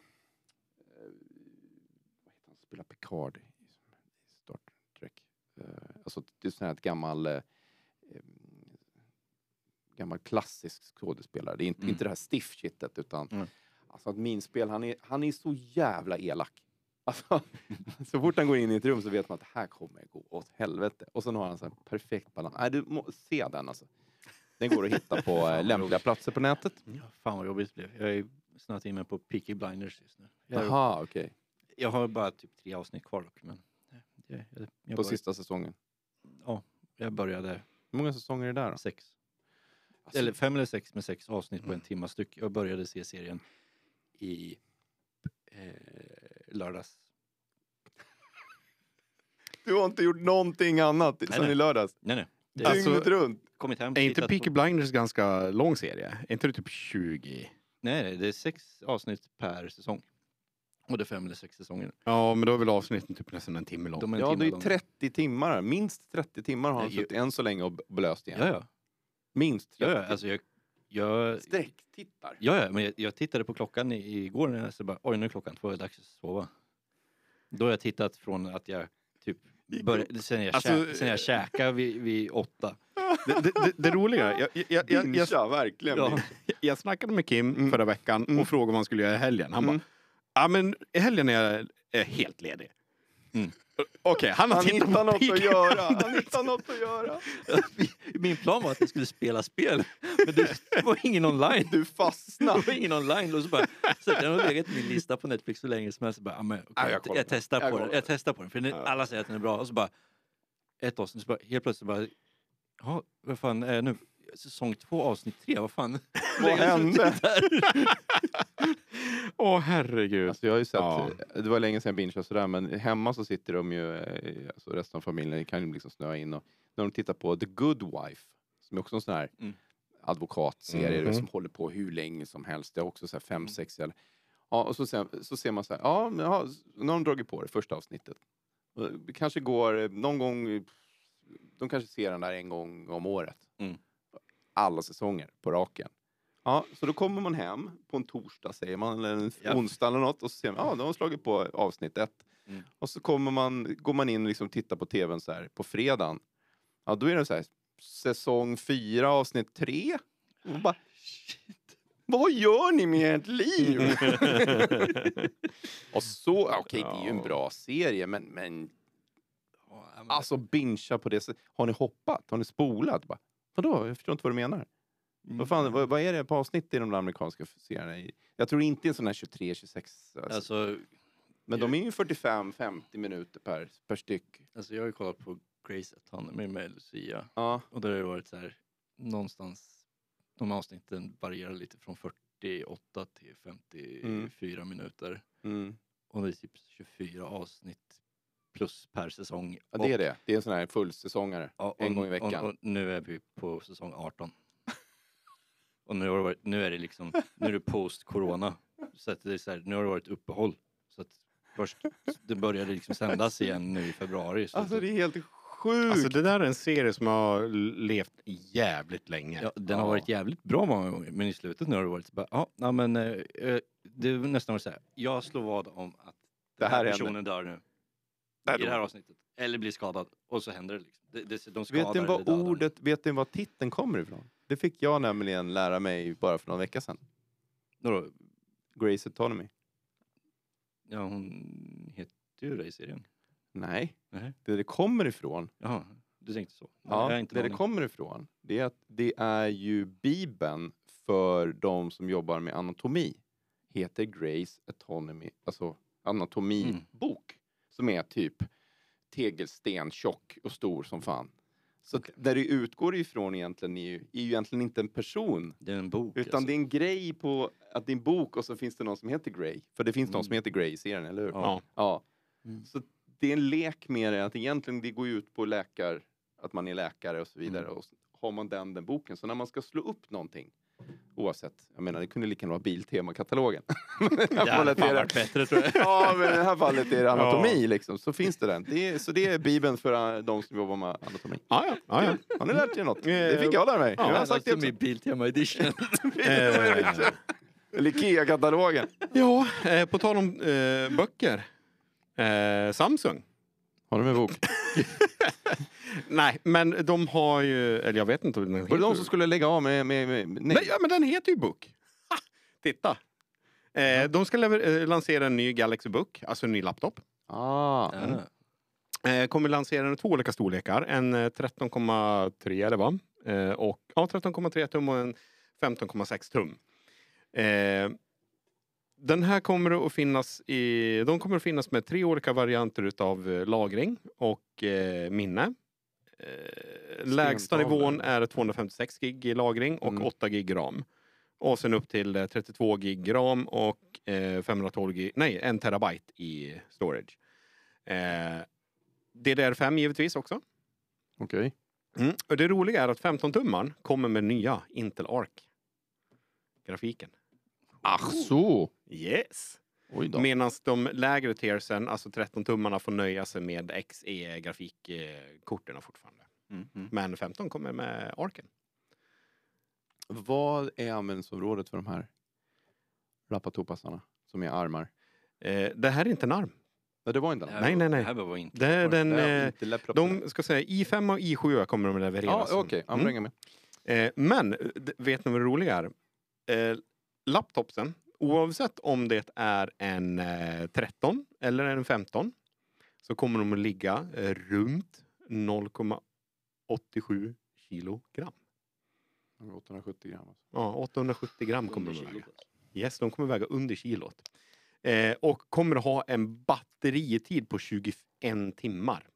Han spelar Picard i Star Trek. Alltså det är sån här ett gammal klassisk skådespelare. Det är inte det här stiff shitet, utan alltså ett minspel, han är så jävla elak. Alltså, så fort han går in i ett rum så vet man att det här kommer gå åt helvete. Och sen har han så här perfekt balans. Nej, du må se den alltså. Den går att hitta på lämpliga platser på nätet. Ja, fan vad jobbigt det blev. Jag är snart inne på Peaky Blinders just nu. Jaha, okej. Jag har bara typ 3 avsnitt kvar dock. Men jag På sista säsongen. Ja, jag började Hur många säsonger är det där då? 6. Alltså, Eller 5 eller 6 med 6 avsnitt på en timma styck. Jag började se serien i lördags. du har inte gjort någonting annat sen nej. i lördags. Nej. Dygnet runt. Kommit hem. Är inte tittat Peaky på- Blinders ganska lång serie? Är inte det typ 20? Nej, det är 6 avsnitt per säsong. Och det är 5 eller 6 säsonger. Ja, men då är väl avsnitten typ nästan en timme lång. De är en Ja, timme det är långa. 30 timmar. Minst 30 timmar har han Nej, suttit än så länge och blöst igen. Ja. Minst 30. Ja, alltså jag Sträcktittar. Ja, men jag tittade på klockan igår när jag så bara, oj nu är klockan 2, det är dags att sova. Då har jag tittat från att jag typ började, sen jag käkade vid 8. Det roliga, Bincha, verkligen. Ja. jag snackade med Kim förra veckan och frågade vad han skulle göra i helgen. Han bara, ja men i helgen är jag helt ledig. Okej, han har tittat hittar på något Peaky att göra. Blinders. Han hittar något att göra. Min plan var att jag skulle spela spel. Men det var ingen online. Du fastnar. Det var ingen online. Och så bara, så den har legat i min lista på Netflix så länge som helst. Så bara, men, okay, jag kollar. jag testar Jag på den. kollar. Jag testar på den. För alla säger att den är bra. Och så bara, ett avsnitt. Så bara, helt plötsligt bara, ja, vad fan är nu? Säsong 2, avsnitt 3. Vad fan? Vad hände? Åh herregud. Alltså jag har ju sett, Ja. det var länge sedan jag bingeade sådär, men hemma så sitter de ju, alltså resten av familjen kan ju liksom snöa in, och när de tittar på The Good Wife, som är också en sån här advokatserie som håller på hur länge som helst, det är också så här 5-6 eller, ja, och så ser man så här, ja, men nu har de dragit på det första avsnittet. Och det kanske går någon gång, de kanske ser den där en gång om året. Alla säsonger på raken. Ja, så då kommer man hem på en torsdag, säger man, eller en onsdag eller något, och så ser man, ja, de har slagit på avsnitt 1. Och så går man in och liksom tittar på tvn så här på fredagen. Ja, då är det så här, säsong 4, avsnitt 3. Och bara, vad gör ni med ert liv? Och så, okej, det är ju en bra serie, men alltså bingea på det sättet. Har ni hoppat? Har ni spolat? Bara, vadå? Jag förstår inte vad du menar. Vad är det på avsnitt i de amerikanska serierna? Jag tror inte en sån här 23-26. Alltså, men de är ju 45-50 minuter per styck. alltså jag har ju kollat på Grey's Anatomy med Lucia. Ja. Och där har det varit så här, någonstans, de avsnitten varierar lite från 48 till 54 minuter. Och det är typ 24 avsnitt plus per säsong. Ja, det är det. Det är en sån här fullsäsongare. En gång i veckan. Och nu är vi på säsong 18. Och nu är det liksom, nu är det post-corona. Så att det är så här, nu har det varit uppehåll. Så att först, det började liksom sändas igen nu i februari. Så Alltså det är helt sjukt. Alltså det där är en serie som har levt jävligt länge. ja, den har varit jävligt bra många gånger. Men i slutet nu har det varit så bara, ja men det är nästan så här. Jag slår vad om att den här personen dör nu. I det här avsnittet. Eller blir skadad. Och så händer det liksom. De skadar, vet ni vad titeln kommer ifrån? Det fick jag nämligen lära mig bara för någon vecka sedan. Då, Grey's Anatomy. ja, hon heter ju det i serien. Nej. Nej. Det kommer ifrån. Jaha, du tänkte så. Ja, jag är inte det vanlig. kommer ifrån. Det är att det är ju Bibeln för de som jobbar med anatomi. Heter Grey's Anatomy. Alltså anatomibok. Som är typ tegelsten, tjock och stor som fan. Så där det utgår ifrån egentligen är ju egentligen inte en person. Det är en bok. Utan alltså. det är en grej på att det är en bok och så finns det någon som heter Grey. För det finns någon som heter Grey i serien, eller hur? Ja. Ja. Så det är en lek med det, att egentligen det går ut på att man är läkare och så vidare. Och så har man den boken. Så när man ska slå upp någonting, oavsett, jag menar det kunde lika gärna vara Biltema-katalogen. Det hade fan varit bättre tror jag. Ja, men i det här fallet är det anatomi liksom. Så finns det den. Så det är Bibeln för de som jobbar med anatomi. Ja. Har ni lärt er något? Det fick jag lära mig. Ja, Jag har sagt det som också. i Biltema Edition. Eller Ikea-katalogen. Ja, på tal om böcker. Samsung. Har de en bok? Nej, men de har ju... Eller jag vet inte. Den Var det de som skulle lägga av med nej. Men den heter ju Book. Ha, titta. De ska lansera en ny Galaxy Book. Alltså en ny laptop. Kommer lansera den i 2 olika storlekar. En 13,3 är det va? Och 13,3 tum och en 15,6 tum. Den här kommer att finnas de kommer att finnas med 3 olika varianter utav lagring och minne. Lägsta nivån är 256 gig i lagring och 8 gig ram. Och sen upp till 32 gig ram och 512 gig, nej 1 terabyte i storage. DDR5 givetvis också. Okej. Och det roliga är att 15-tummaren kommer med nya Intel Arc-grafiken. Ach så. Yes! Oj då. Medan de lägre tiersen, alltså 13-tummarna, får nöja sig med XE-grafikkorten fortfarande. Men 15 kommer med Arcen. Vad är användningsområdet för de här laptopassarna som är armar? Det här är inte en arm. Ja, det var inte Nej. Det här var inte. Det är den, inte laptop. de ska säga i5 och i7 kommer de levereras. Ja, okej. Jag hänger med. Men vet ni vad det roliga är? Laptopsen, oavsett om det är en 13 eller en 15, så kommer de att ligga runt 0,87 kilogram. 870 gram. Alltså. Ja, 870 gram kommer de att väga. Kilot. Yes, de kommer väga under kilot. Och kommer att ha en batteritid på 21 timmar.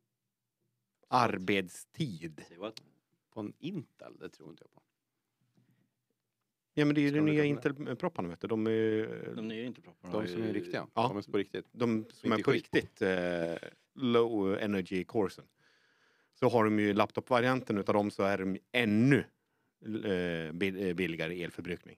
Arbetstid. Säg vad? På en Intel, det tror inte jag på. Ja, men det är ju Ska de vi nya kolla? Intel-propparna, vet du. De är De nya inte propparna. De som är riktiga. Ja. De är på riktigt. de som är Inte på skit. riktigt low energy coursen. Så har de ju laptop-varianten utav dem, så är de ännu billigare elförbrukning.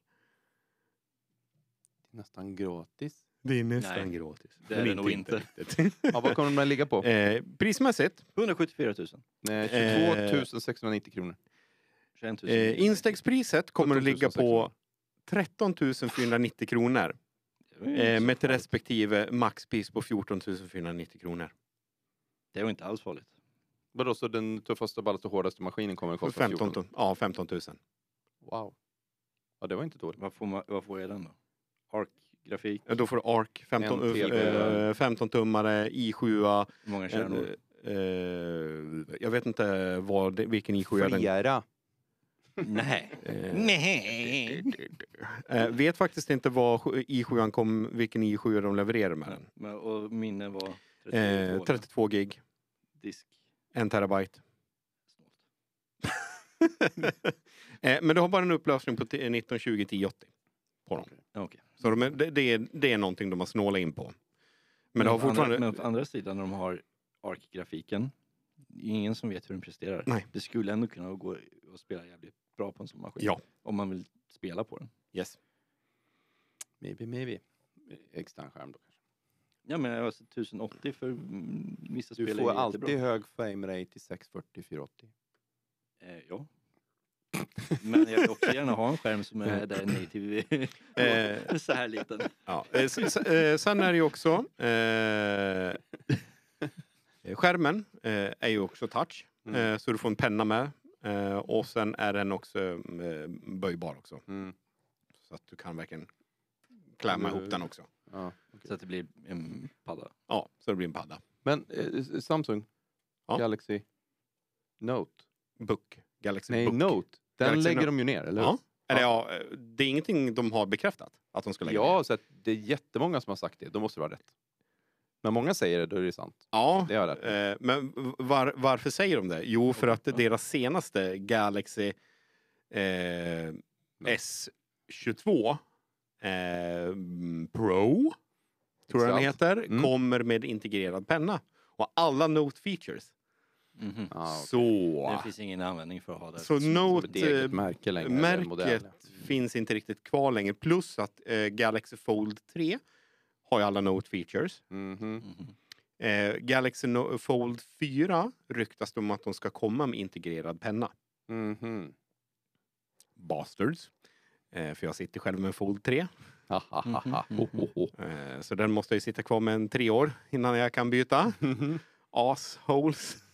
Nästan gratis. Det är nästan Nej, gratis. det är det nog inte. riktigt. Ja, vad kommer de att ligga på? Prismässigt, 174 000. 22 690 kronor. 21 000. instegspriset kommer att 17 ligga 600. på 13 490 kronor. Det var ju inte så Med ett farligt. respektive maxpris på 14 490 kronor. Det var inte alls farligt. Vadå, så den tuffaste, ballaste och hårdaste maskinen kommer att kosta 15 14? 000. Ja, 15 000. Wow. Ja, det var inte dåligt. Vad får jag den då? Arc-grafik? Ja, då får du Arc, 15, En TV. 15-tummare, i7. Hur många kärnor? Jag vet inte vilken i7 den... Flera. Nej. Nej. Vet faktiskt inte vad i7 kom, vilken i7 de levererar med den. Och minne var 32. 32 gig, Disk. 1 terabyte. Snålt. Men det har bara en upplösning på 1920 1080 på dem. Okej. Så det är någonting de har snålat in på. Men det har fortfarande... Men å andra sidan, när de har Arc-grafiken, det är ingen som vet hur den presterar. Nej. Det skulle ändå kunna gå och spela jävligt bra på en sån maskin. Ja. Om man vill spela på den. Yes. Maybe. Extern skärm då kanske. Ja, men alltså 1080 för vissa Du spel får är alltid jättebra. hög framerate i 640 480. Ja. Men jag vill också gärna ha en skärm som är där native. Så här liten. Ja. Sen är det ju också... skärmen är ju också touch. Så du får en penna med. Och sen är den också böjbar också. Mm. Så att du kan verkligen klämma ihop den också. Ja, okay. Så att det blir en padda. Ja, så det blir en padda. Men Samsung Ja. Galaxy Note. Book. Galaxy Nej, Book. Note. Den Galaxy lägger Note. de ju ner, eller hur? Ja. Eller ja, det är ingenting de har bekräftat att de ska lägga Jag ner. har sett, det är jättemånga som har sagt det. Då måste det vara rätt. När många säger det, då är det sant. Ja, Det har jag rätt. men varför säger de det? Jo, för att deras senaste Galaxy S22 Pro, tror jag den Exakt. heter, kommer med integrerad penna. Och alla Note features. Mhm. Ah, okej. Så... Det finns ingen användning för att ha det. Så Som ett Note, eget märke längre. eller modell. märket finns inte riktigt kvar längre. Plus att Galaxy Fold 3 har ju alla Note features. Mhm. Mhm. Galaxy Fold 4 ryktas det om att de ska komma med integrerad penna. Mhm. Bastards. För jag sitter själv med en Fold 3. Ha, ha, ha, ha. Ho, ho, ho. Så den måste ju sitta kvar med en 3 år innan jag kan byta. Assholes.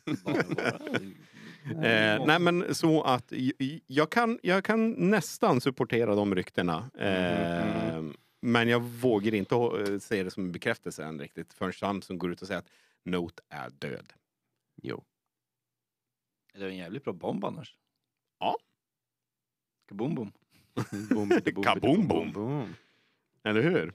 Nej men så att jag kan nästan supportera de ryktena. Men jag vågar inte säga det som en bekräftelse än riktigt. Förrän Samsung går ut och säger att Note är död. Jo. Det är en jävligt bra bomb annars. Ja. Kaboom boom. Kaboom, boom. boom. Eller hur?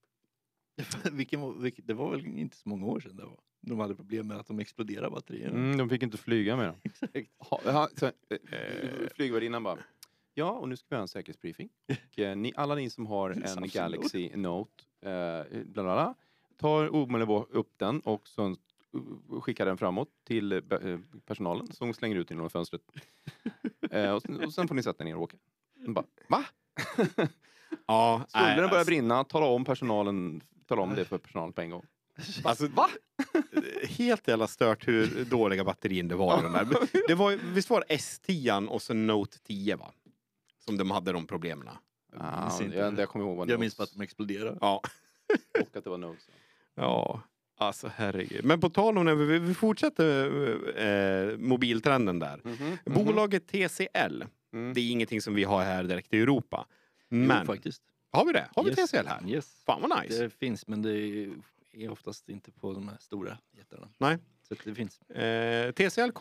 Det var väl inte så många år sedan det var. De hade problem med att de exploderade batterierna. De fick inte flyga med dem. Exakt. Flygvärdinnan bara. Ja, och nu ska vi ha en säkerhetsbriefing. Och, alla ni som har en Samsung Galaxy Note, bla bla bla, tar omedelbart upp den och så skickar den framåt till personalen som slänger ut den genom fönstret. Och sen får ni sätta ner och åka. Den bara, va? Ja, Skulle den börja brinna, tala om det för personalen på en gång. Alltså, Va? helt jävla stört hur dåliga batterin det var i den där. Det var, visst var det S10 och så Note 10 va? Som de hade de problemen. Jag kommer ihåg vad Jag minns bara att de exploderade. Ja. och att det var Note. Ja, alltså herregud. Men på tal om när vi fortsätter mobiltrenden där. Bolaget TCL, det är ingenting som vi har här direkt i Europa. Men, Jo, faktiskt. har vi det? Har vi Yes. TCL här? Yes. Fan vad nice. Det finns, men det är oftast inte på de här stora jättarna. Nej. Så att det finns. TCL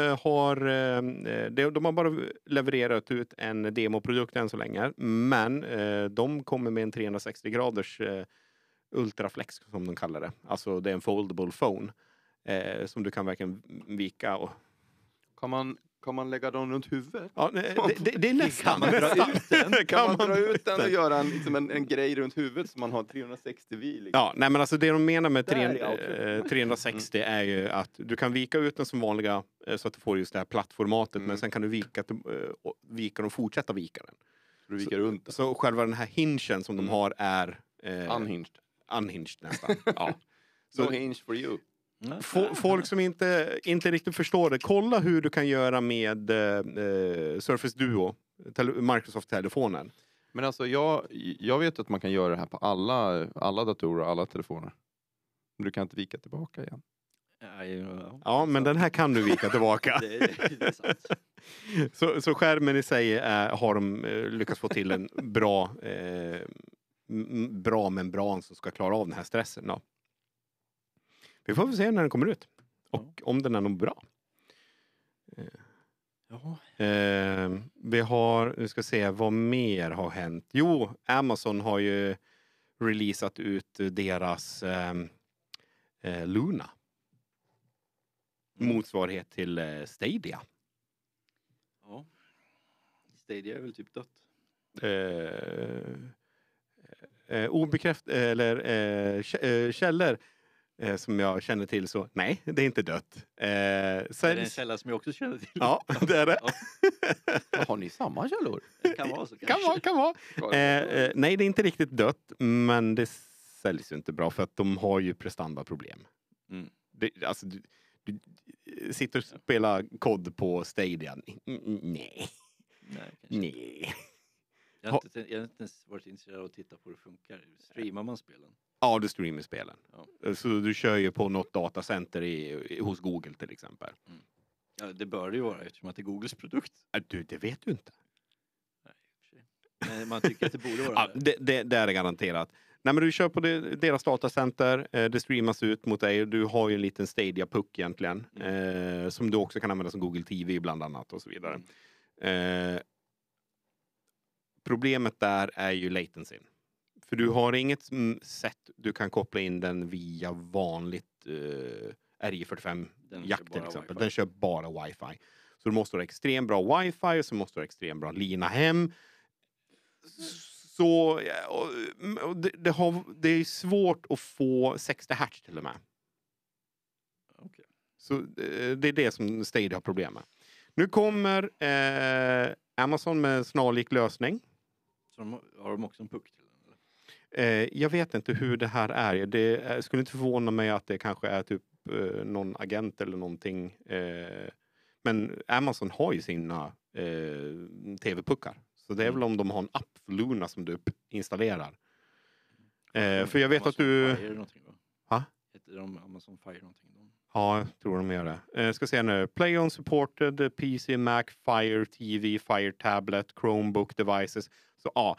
de har bara levererat ut en demoprodukt än så länge. Men de kommer med en 360 graders Ultraflex som de kallar det. Alltså det är en foldable phone. Som du kan verkligen vika och... Kan man lägga dem runt huvudet? Ja, det är nästan. Kan man dra ut den? Kan man dra ut den och göra en grej runt huvudet så man har 360 bil? Liksom? Ja, nej men alltså det de menar med Där är 360 är ju att du kan vika ut den som vanliga så att du får just det här plattformatet. Men sen kan du vika den och fortsätta vika den. Du vikar runt den. Så själva den här hingen som de har är... Unhinged nästan. Ja. No hinge for you. Folk som inte riktigt förstår det, kolla hur du kan göra med Surface Duo, Microsoft-telefonen. Men alltså jag vet att man kan göra det här på alla datorer och alla telefoner. Men du kan inte vika tillbaka igen. Ja, men den här kan du vika tillbaka. Det är sant. Så skärmen i sig har de lyckats få till en bra membran som ska klara av den här stressen. Då. Vi får väl se när den kommer ut. Och om den är nog bra. Vi har, nu ska se vad mer har hänt. Jo, Amazon har ju releasat ut deras Luna. Motsvarighet till Stadia. Ja. Stadia är väl typ dött. Källor som jag känner till så nej, det är inte dött. Det är en källa som jag också känner till. Ja, det är det. Har ni samma källor? Det kan vara så kanske. Kan vara. Nej, det är inte riktigt dött, men det säljs ju inte bra för att de har ju prestandaproblem. Alltså, du sitter och spelar kod på Stadia. Nej. Nej. Jag har inte ens varit intresserad av att titta på hur det funkar. Streamar man spelen? Ja, du streamar spelen. Ja. Så du kör ju på något datacenter hos Google till exempel. Ja, det bör det ju vara eftersom att det är Googles produkt. Du, det vet du inte. Nej, i och för sig. Men man tycker att det borde vara Ja, det är det garanterat. Nej, men du kör på deras datacenter. Det streamas ut mot dig. Du har ju en liten Stadia-puck egentligen. Som du också kan använda som Google TV bland annat och så vidare. Problemet där är ju latencyn. För du har inget sätt du kan koppla in den via vanligt RJ45-jack till exempel. Den kör bara wifi. Så du måste ha extremt bra wifi och så måste du ha extremt bra lina hem. Så det är svårt att få 60 Hz till och med. Okay. Så det är det som Stadia har problem med. Nu kommer Amazon med en snarlik lösning. Så har de också en puck till den? Eller? Jag vet inte hur det här är. Det skulle inte förvåna mig att det kanske är typ någon agent eller någonting. Men Amazon har ju sina tv-puckar. Så det är väl om de har en app för Luna som du installerar. För jag vet Amazon att du... Fire någonting, va? Ha? Heter de Amazon Fire någonting? Ja, jag tror de gör det. Ska se nu. Play on supported PC, Mac, Fire TV, Fire Tablet, Chromebook devices. Så ja,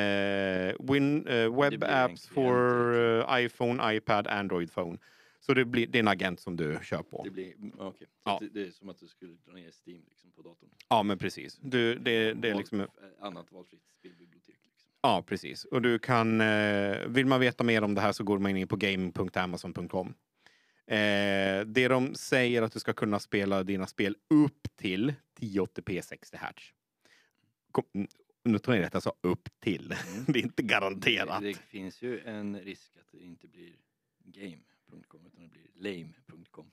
web blir apps en for klient, iPhone, iPad, Android phone. Så det är en agent som du kör på. Det blir, okej. Ja. Det är som att du skulle dra ner Steam liksom, på datorn. Ja, men precis. Det är liksom... Annat valfritt spelbibliotek. Liksom. Ja, precis. Och du kan... vill man veta mer om det här så går man in på game.amazon.com. Det de säger att du ska kunna spela dina spel upp till 1080p 60 Hz. Nu tror jag att jag sa upp till. Det är inte garanterat. Det finns ju en risk att det inte blir game.com utan det blir lame.com.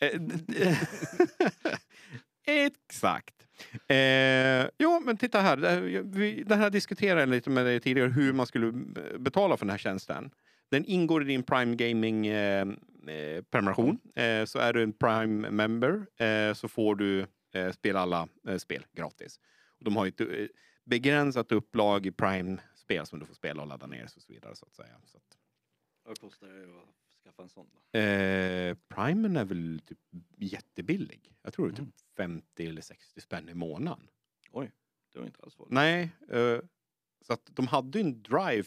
Exakt. Ja, men titta här. Det här diskuterade jag lite med dig tidigare hur man skulle betala för den här tjänsten. Den ingår i din Prime Gaming prenumeration. Så är du en Prime member så får du spela alla spel gratis. De har ju ett begränsat upplag i Prime-spel som du får spela och ladda ner och så vidare så att säga. Så att... Vad kostar det att skaffa en sån då? Primen är väl typ jättebillig. Jag tror det är typ 50 eller 60 spänn i månaden. Oj, det var inte alls farligt. Nej, så att de hade en drive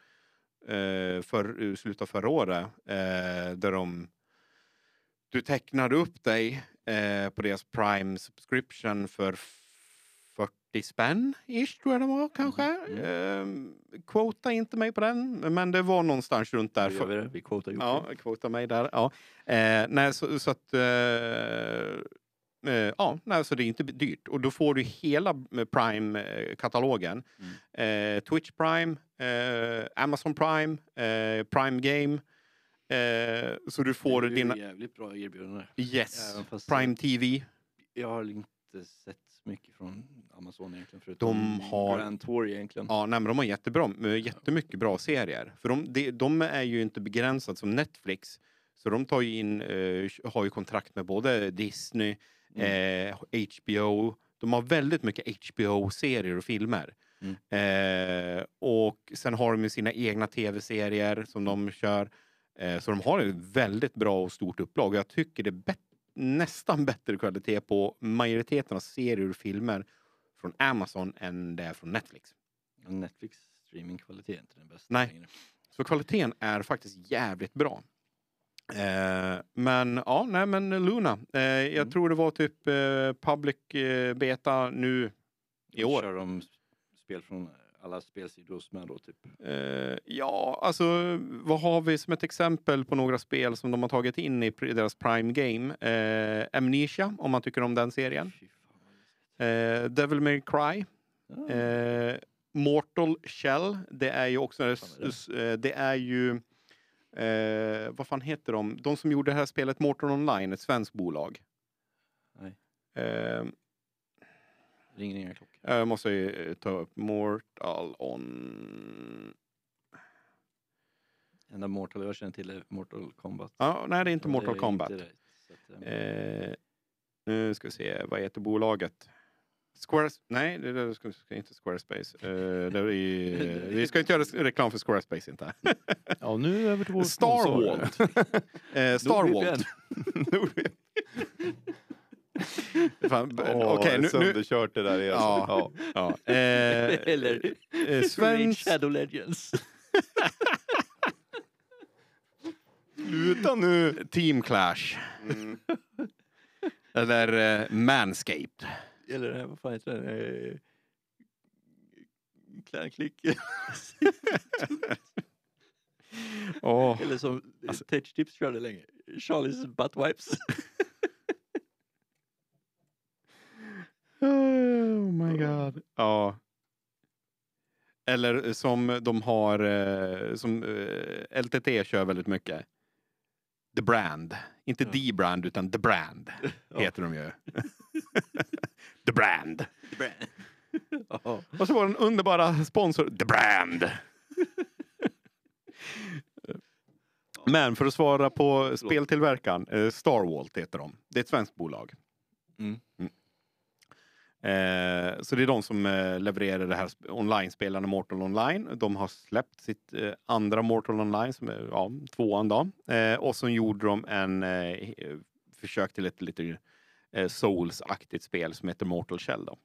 för slutet av förra året där du tecknade upp dig på deras Prime subscription för 40 spänn ish tror jag det var kanske. Quota inte mig på den, men det var någonstans runt där. Vi quotar ju. Ja, kvota mig där. Ja. Nej, så att ja, nej, så det är inte dyrt. Och då får du hela Prime-katalogen. Twitch Prime, Amazon Prime, Prime Game. Så du får det är dina... jävligt bra erbjudande. Yes, fast Prime TV. Jag har inte sett mycket från Amazon egentligen. Förutom De har... Grand Tour egentligen. Ja, nej, men de har jättemycket bra serier. För de är ju inte begränsade som Netflix. Så de tar ju in, har ju kontrakt med både Disney, HBO. De har väldigt mycket HBO-serier och filmer. Och sen har de ju sina egna tv-serier som de kör. Så de har ett väldigt bra och stort upplag. Jag tycker det är nästan bättre kvalitet på majoriteten av serier och filmer från Amazon än det är från Netflix. Netflix streamingkvalitet är inte den bästa. Nej. Längre. Så kvaliteten är faktiskt jävligt bra. Men ja, nej men Luna. Jag tror det var typ public beta nu i år. Kör de spel från alla spelsidor med då typ? Ja, alltså vad har vi som ett exempel på några spel som de har tagit in i deras Prime Game? Amnesia, om man tycker om den serien. Devil May Cry. Mortal Shell. Det är ju också... Det är ju... vad fan heter de? De som gjorde det här spelet Mortal Online, ett svenskt bolag. Nej. Ringer inga klockor. Jag måste ju ta upp Mortal On... Enda Mortal jag känner till är Mortal Kombat. Ja, nej, det är inte Mortal är Kombat. inte det, nu ska vi se, vad heter bolaget? Nej, det ska inte Squarespace. Vi ska inte göra reklam för Squarespace inte. Ja, nu över till vår Starwalt. Starwalt. Okej, nu sönderkört det där igen. Ja. Eller Svensk... Shadow Legends. Sluta nu. Team Clash. Eller Manscaped. Eller vad fan heter det? Klänklick. Eller som Touch Tips körde länge. Charlies Butt Wipes. Oh my god. Ja. Eller som de har som LTT kör väldigt mycket. The Brand. Inte The Brand, utan The Brand heter de ju. The Brand. Och så var den underbara sponsor The Brand. Men för att svara på speltillverkaren, Starwalt heter de. Det är ett svenskt bolag. Så det är de som levererar det här online-spelarna Mortal Online. De har släppt sitt andra Mortal Online som är 2:an då. Och så gjorde de en försök till ett lite Souls-aktigt spel som heter Mortal Shell då.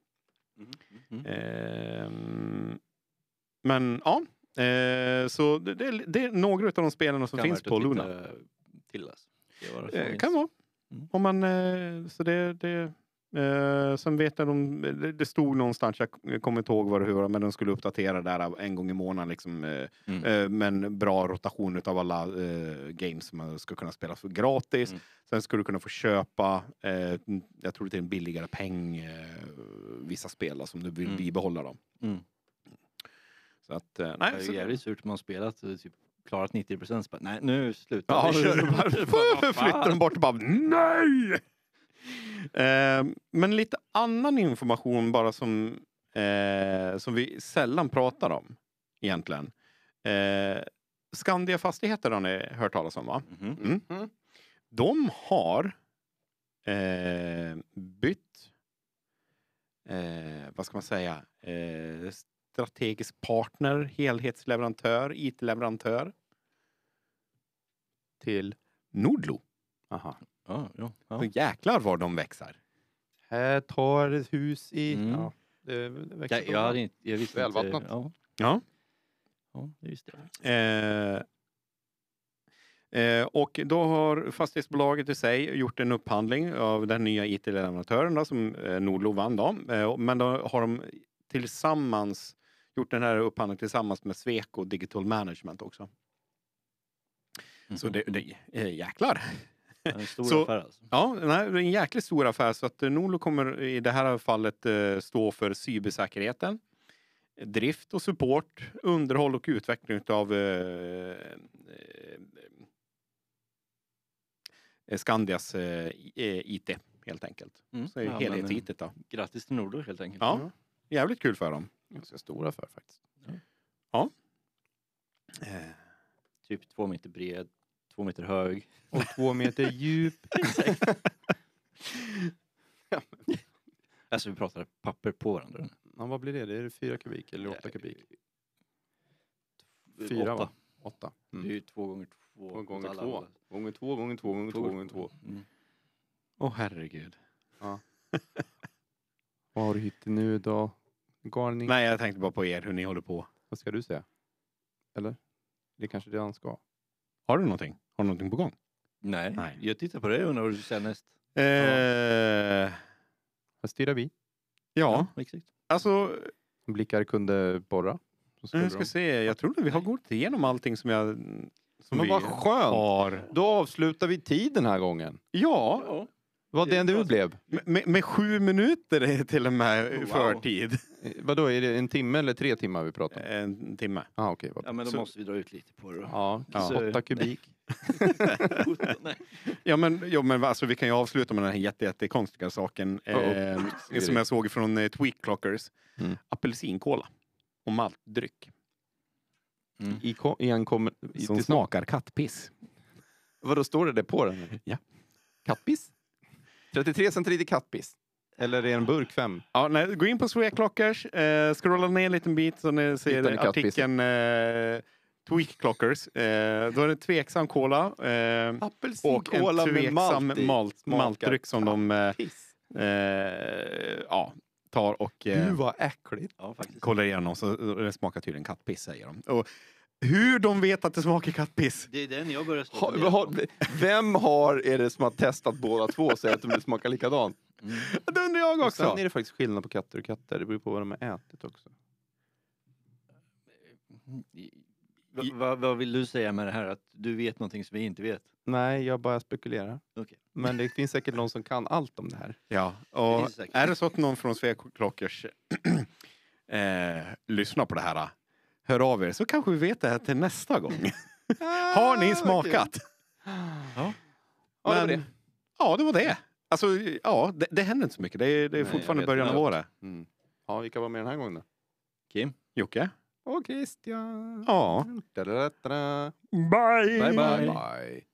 Men ja, så det är några av de spelarna som finns på Luna. Kan vara. Om man, så det sen vet jag det stod någonstans, jag kommer inte ihåg vad det var, men de skulle uppdatera där en gång i månaden liksom, med en bra rotation av alla games som man ska kunna spela för gratis. Sen skulle du kunna få köpa jag tror det är en billigare peng vissa spel som du vill bibehålla dem. Så att nej, det är jävligt surt om man spelat typ klarat 90%. Nej, nu slutar ja, flyttar de bort och bara nej! Men lite annan information bara som vi sällan pratar om egentligen. Skandia Fastigheter har ni hört talas om, va? De har bytt vad ska man säga, strategisk partner, helhetsleverantör, IT-leverantör till Nordlo. Aha. Så jäklar vad de växer. Här tar ett hus i... Ja, det växer jag visste välvattnat. Inte. Ja, det visste jag. Och då har fastighetsbolaget i sig gjort en upphandling av den nya IT-leverantören då, som Nordlo vann då. Men då har de tillsammans gjort den här upphandlingen tillsammans med Sweco Digital Management också. Så det är jäklar. En stor affär alltså. Ja, det är en jäkligt stor affär, så att Nordlo kommer i det här fallet stå för cybersäkerheten, drift och support, underhåll och utveckling av Skandias IT helt enkelt. Så är helhets-IT då. Grattis till Nordlo helt enkelt. Ja, jävligt kul för dem. Ganska stor affär faktiskt. Ja. Typ 2 meter bred, 2 meter hög. Och 2 meter djup. Alltså vi pratar papper på varandra. Ja, vad blir det? Det är 4 kubik eller 8 kubik? 4 va? 8. Det är ju 2 gånger 2. 2 gånger 2. Gånger 2 gånger 2 gånger 2 gånger 2. Åh herregud. Ja. Vad har du hittat nu då? Garning? Nej, jag tänkte bara på er, hur ni håller på. Vad ska du säga? Eller? Det är kanske det han ska. Har du någonting? Har du någonting på gång? Nej. Jag tittar på det och undrar vad du ska säga näst. Här stirrar vi. Ja, exakt. Alltså... Blickar kunde borra. Jag ska se, jag tror att vi har gått igenom allting som jag... Men vad skönt! Har. Då avslutar vi tid den här gången. Ja. Vad det du blev? Med 7 minuter är till och med förtid. Vadå, är det en timme eller 3 timmar vi pratar om? En timme. Okej. Ja, men då måste vi dra ut lite på det då. Ja, 8 kubik. Ja, men alltså, vi kan ju avsluta med den här jättekonstiga saken. Som jag såg från Tweak Clockers. Apelsinkola och maltdryck. Som smakar kattpiss. Vadå, står det på den? Ja. Kattpiss? 33 centiliter kattpiss. Eller är det en burk 5? Ja, nej, gå in på Tweak Clockers. Scrolla ner en liten bit så ni ser artikeln Tweak Clockers. Då är det tveksam cola. Och en tveksam maltdryck som de tar och vad äckligt. Ja, faktiskt. kollar igenom, så det smakar tydligen kattpiss, säger de. Och hur de vet att det smakar kattpiss? Det är den jag börjar Vem är det som har testat båda två och säger att de smakar likadant? Det undrar jag också. Och sen är det faktiskt skillnad på katter och katter. Det beror på vad de har ätit också. Vad vill du säga med det här? Att du vet någonting som vi inte vet? Nej, jag bara spekulerar. Okay. Men det finns säkert någon som kan allt om det här. Ja, och är det så att någon från Tweak Clockers lyssnar på det här, hör av er, så kanske vi vet det här till nästa gång. Har ni smakat? Ja. Ja, det var det. Ja, det var det. Alltså, ja, det händer inte så mycket. Det är Nej, fortfarande jag vet början av inte. året. Mm. Ja, vilka var med den här gången då? Kim? Jocke? Och Christian. Ja. Da-da-da-da. Bye! Bye, bye. Bye.